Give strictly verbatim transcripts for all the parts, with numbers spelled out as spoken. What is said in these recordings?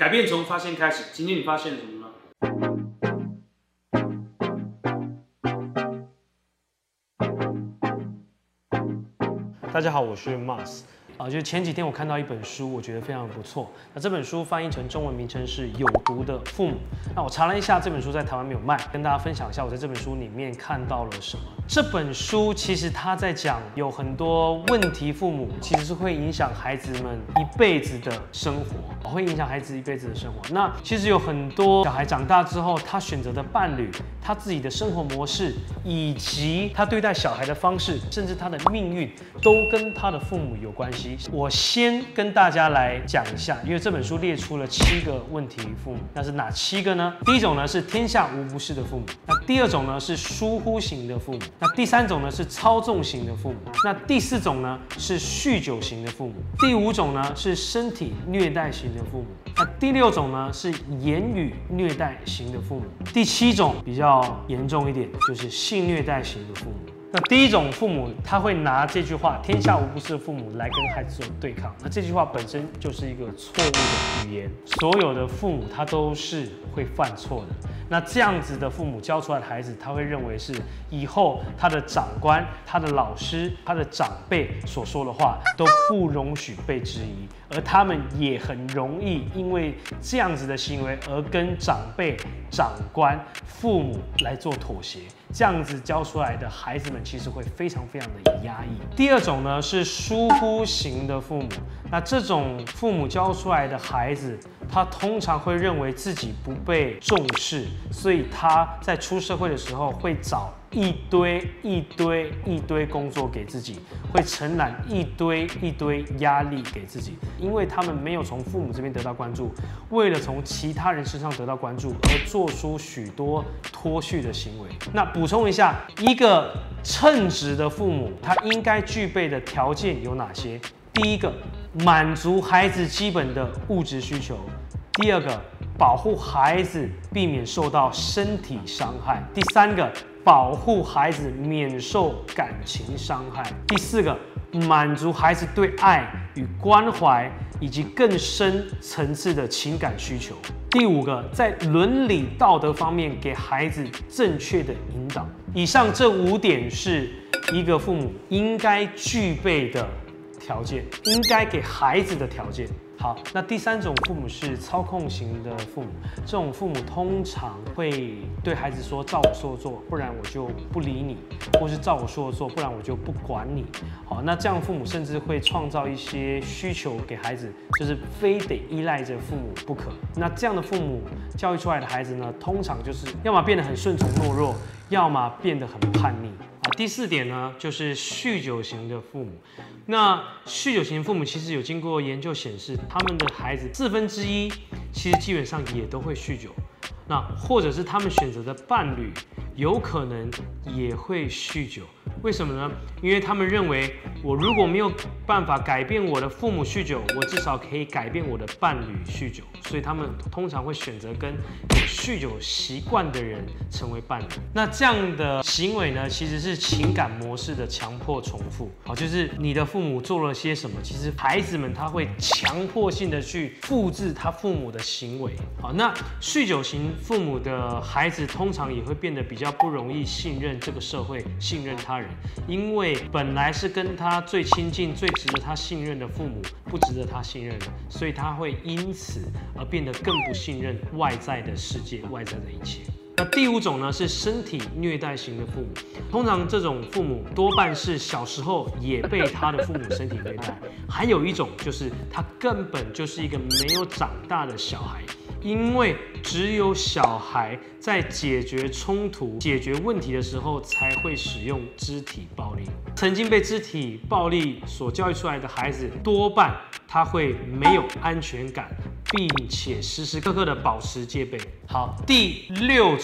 改变从发现开始。今天你发现了什么呢？ 大家好，我是 Mars。啊，就是前几天我看到一本书，我觉得非常不错。那这本书翻译成中文名称是《有毒的父母》。那我查了一下，这本书在台湾没有卖，跟大家分享一下我在这本书里面看到了什么。这本书其实他在讲有很多问题父母，其实是会影响孩子们一辈子的生活，会影响孩子一辈子的生活。那其实有很多小孩长大之后，他选择的伴侣，他自己的生活模式，以及他对待小孩的方式，甚至他的命运，都跟他的父母有关系。我先跟大家来讲一下，因为这本书列出了七个问题父母，那是哪七个呢？第一种呢是天下无不是的父母，那第二种呢是疏忽型的父母，那第三种呢是操纵型的父母，那第四种呢是酗酒型的父母，第五种呢是身体虐待型的父母，那第六种呢是言语虐待型的父母，第七种比较严重一点，就是性虐待型的父母。那第一种父母，他会拿这句话“天下无不是的父母”来跟孩子做对抗。那这句话本身就是一个错误的语言，所有的父母他都是会犯错的。那这样子的父母教出来的孩子，他会认为是以后他的长官、他的老师、他的长辈所说的话都不容许被质疑，而他们也很容易因为这样子的行为而跟长辈、长官、父母来做妥协。这样子教出来的孩子们其实会非常非常的压抑。第二种呢是疏忽型的父母，那这种父母教出来的孩子，他通常会认为自己不被重视，所以他在出社会的时候会找一堆一堆一堆工作给自己，会承揽一堆一堆压力给自己，因为他们没有从父母这边得到关注，为了从其他人身上得到关注而做出许多脱序的行为。那补充一下，一个称职的父母，他应该具备的条件有哪些？第一个，满足孩子基本的物质需求；第二个，保护孩子避免受到身体伤害；第三个，保护孩子免受感情伤害；第四个，满足孩子对爱与关怀以及更深层次的情感需求；第五个，在伦理道德方面给孩子正确的引导。以上这五点是一个父母应该具备的条件，应该给孩子的条件。好，那第三种父母是操控型的父母，这种父母通常会对孩子说：“照我说的做，不然我就不理你；或是照我说的做，不然我就不管你。”好，那这样父母甚至会创造一些需求给孩子，就是非得依赖着父母不可。那这样的父母教育出来的孩子呢，通常就是要么变得很顺从懦弱，要么变得很叛逆。啊，第四点呢，就是酗酒型的父母。那酗酒型的父母其实有经过研究显示，他们的孩子四分之一其实基本上也都会酗酒。那或者是他们选择的伴侣有可能也会酗酒。为什么呢？因为他们认为，我如果没有办法改变我的父母酗酒，我至少可以改变我的伴侣酗酒，所以他们通常会选择跟有酗酒习惯的人成为伴侣。那这样的行为呢，其实是情感模式的强迫重复。好，就是你的父母做了些什么，其实孩子们他会强迫性的去复制他父母的行为。好，那酗酒型父母的孩子通常也会变得比较不容易信任这个社会，信任他人。因为本来是跟他最亲近、最值得他信任的父母不值得他信任了，所以他会因此而变得更不信任外在的世界、外在的一切。那第五种呢是身体虐待型的父母，通常这种父母多半是小时候也被他的父母身体虐待，还有一种就是他根本就是一个没有长大的小孩。因为只有小孩在解决冲突、解决问题的时候，才会使用肢体暴力。曾经被肢体暴力所教育出来的孩子，多半他会没有安全感，并且时时刻刻的保持戒备。好，第六种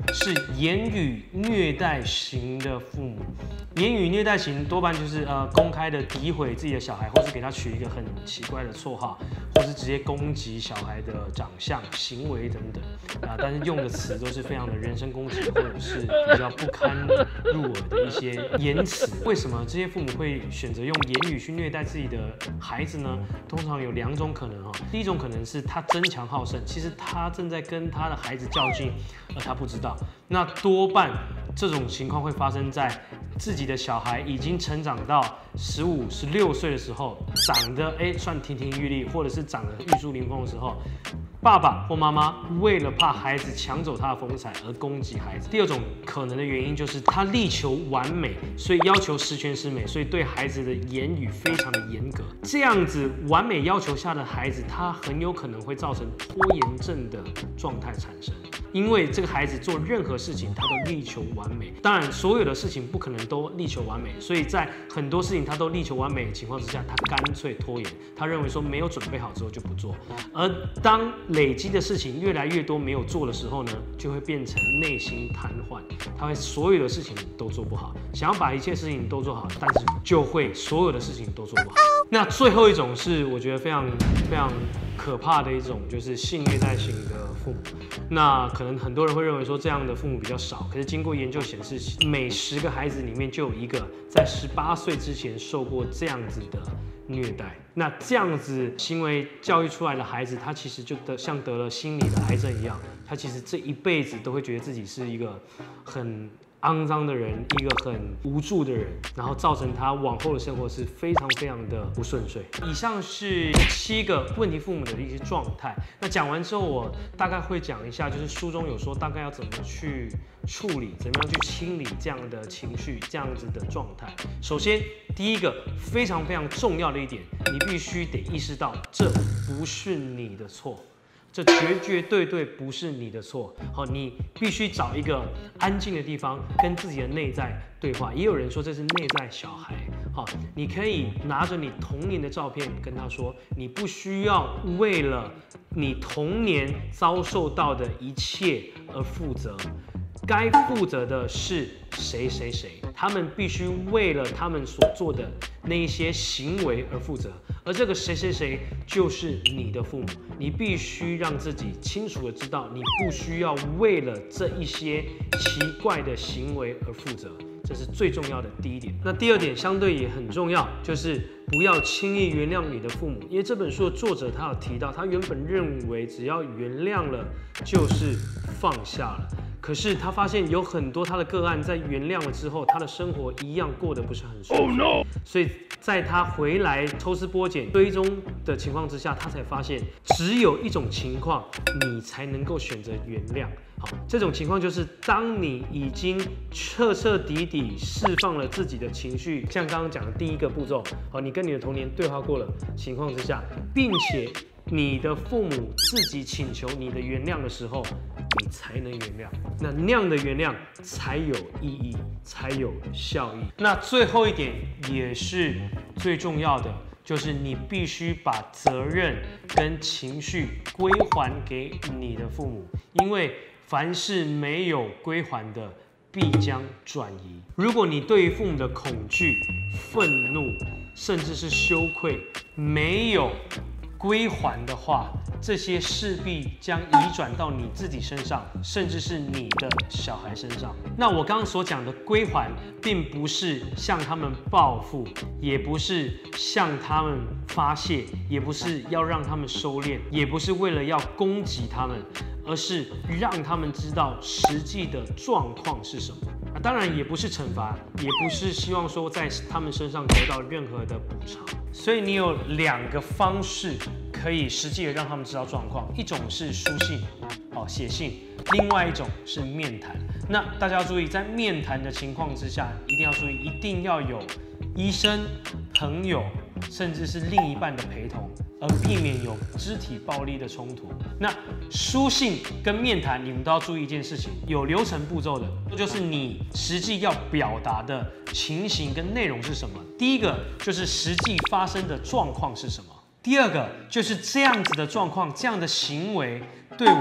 是言语虐待型的父母。言语虐待型多半就是呃公开的诋毁自己的小孩，或是给他取一个很奇怪的绰号，或是直接攻击小孩的长相、行为等等啊、呃。但是用的词都是非常的人身攻击，或者是比较不堪入耳的一些言辞。为什么这些父母会选择用言语去虐待自己的孩子呢？通常有两种可能哈。第一种可能是他争强好胜，其实他正在跟他的孩子较劲，而他不知道。那多半这种情况会发生在自己的小孩已经成长到十五、十六岁的时候，长得哎算亭亭玉立，或者是长得玉树临风的时候，爸爸或妈妈为了怕孩子抢走他的风采而攻击孩子。第二种可能的原因就是他力求完美，所以要求十全十美，所以对孩子的言语非常的严格。这样子完美要求下的孩子，他很有可能会造成拖延症的状态产生。因为这个孩子做任何事情，他都力求完美。当然，所有的事情不可能都力求完美，所以在很多事情他都力求完美的情况之下，他干脆拖延。他认为说没有准备好之后就不做。而当累积的事情越来越多没有做的时候呢，就会变成内心瘫痪。他会所有的事情都做不好，想要把一切事情都做好，但是就会所有的事情都做不好。那最后一种是我觉得非常非常可怕的一种，就是性虐待型的父母。那可能很多人会认为说这样的父母比较少，可是经过研究显示，每十个孩子里面就有一个在十八岁之前受过这样子的虐待。那这样子行为教育出来的孩子，他其实就得像得了心理的癌症一样，他其实这一辈子都会觉得自己是一个很肮脏的人，一个很无助的人，然后造成他往后的生活是非常非常的不顺遂。以上是七个问题父母的一些状态。那讲完之后，我大概会讲一下，就是书中有说大概要怎么去处理，怎么样去清理这样的情绪，这样子的状态。首先，第一个非常非常重要的一点，你必须得意识到这不是你的错。这绝绝对对不是你的错，好，你必须找一个安静的地方，跟自己的内在对话。也有人说这是内在小孩，好，你可以拿着你童年的照片跟他说，你不需要为了你童年遭受到的一切而负责。该负责的是谁谁谁，他们必须为了他们所做的那一些行为而负责，而这个谁谁谁就是你的父母，你必须让自己清楚的知道，你不需要为了这一些奇怪的行为而负责，这是最重要的第一点。那第二点相对也很重要，就是不要轻易原谅你的父母，因为这本书的作者他有提到，他原本认为只要原谅了就是放下了。可是他发现有很多他的个案在原谅了之后，他的生活一样过得不是很顺遂。Oh no! 所以在他回来抽丝剥茧追踪的情况之下，他才发现只有一种情况你才能够选择原谅。好，这种情况就是当你已经彻彻底底释放了自己的情绪，像刚刚讲的第一个步骤，好，你跟你的童年对话过了情况之下，并且你的父母自己请求你的原谅的时候，你才能原谅。那那样的原谅才有意义，才有效益。那最后一点也是最重要的，就是你必须把责任跟情绪归还给你的父母，因为凡是没有归还的，必将转移。如果你对于父母的恐惧、愤怒，甚至是羞愧没有归还的话，这些势必将移转到你自己身上，甚至是你的小孩身上。那我刚刚所讲的归还，并不是向他们报复，也不是向他们发泄，也不是要让他们收敛，也不是为了要攻击他们，而是让他们知道实际的状况是什么。啊，当然也不是惩罚，也不是希望说在他们身上得到任何的补偿。所以你有两个方式可以实际的让他们知道状况，一种是书信，哦，写信；另外一种是面谈。那大家要注意，在面谈的情况之下，一定要注意，一定要有医生、朋友，甚至是另一半的陪同，而避免有肢体暴力的冲突。那书信跟面谈，你们都要注意一件事情，有流程步骤的，这就是你实际要表达的情形跟内容是什么。第一个就是实际发生的状况是什么，第二个就是这样子的状况，这样的行为对我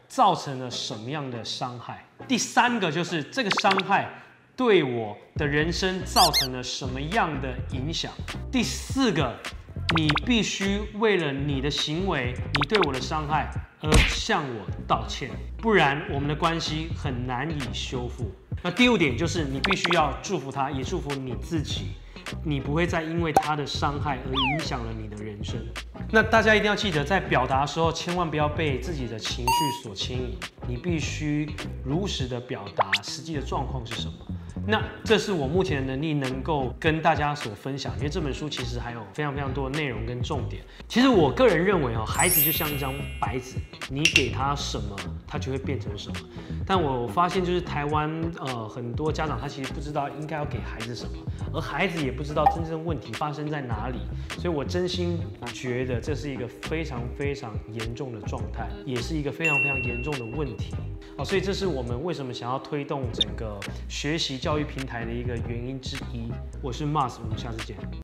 造成了什么样的伤害？第三个就是这个伤害对我的人生造成了什么样的影响？第四个，你必须为了你的行为，你对我的伤害而向我道歉，不然我们的关系很难以修复。那第五点就是你必须要祝福他，也祝福你自己，你不会再因为他的伤害而影响了你的人生。那大家一定要记得，在表达的时候，千万不要被自己的情绪所牵引，你必须如实的表达实际的状况是什么。那这是我目前的能力能够跟大家所分享，因为这本书其实还有非常非常多的内容跟重点。其实我个人认为哦，孩子就像一张白纸，你给他什么，他就会变成什么。但我发现就是台湾呃很多家长他其实不知道应该要给孩子什么，而孩子也不知道真正问题发生在哪里。所以我真心觉得这是一个非常非常严重的状态，也是一个非常非常严重的问题。好，所以这是我们为什么想要推动整个学习教育平台的一个原因之一。我是 Mars， 我们下次见。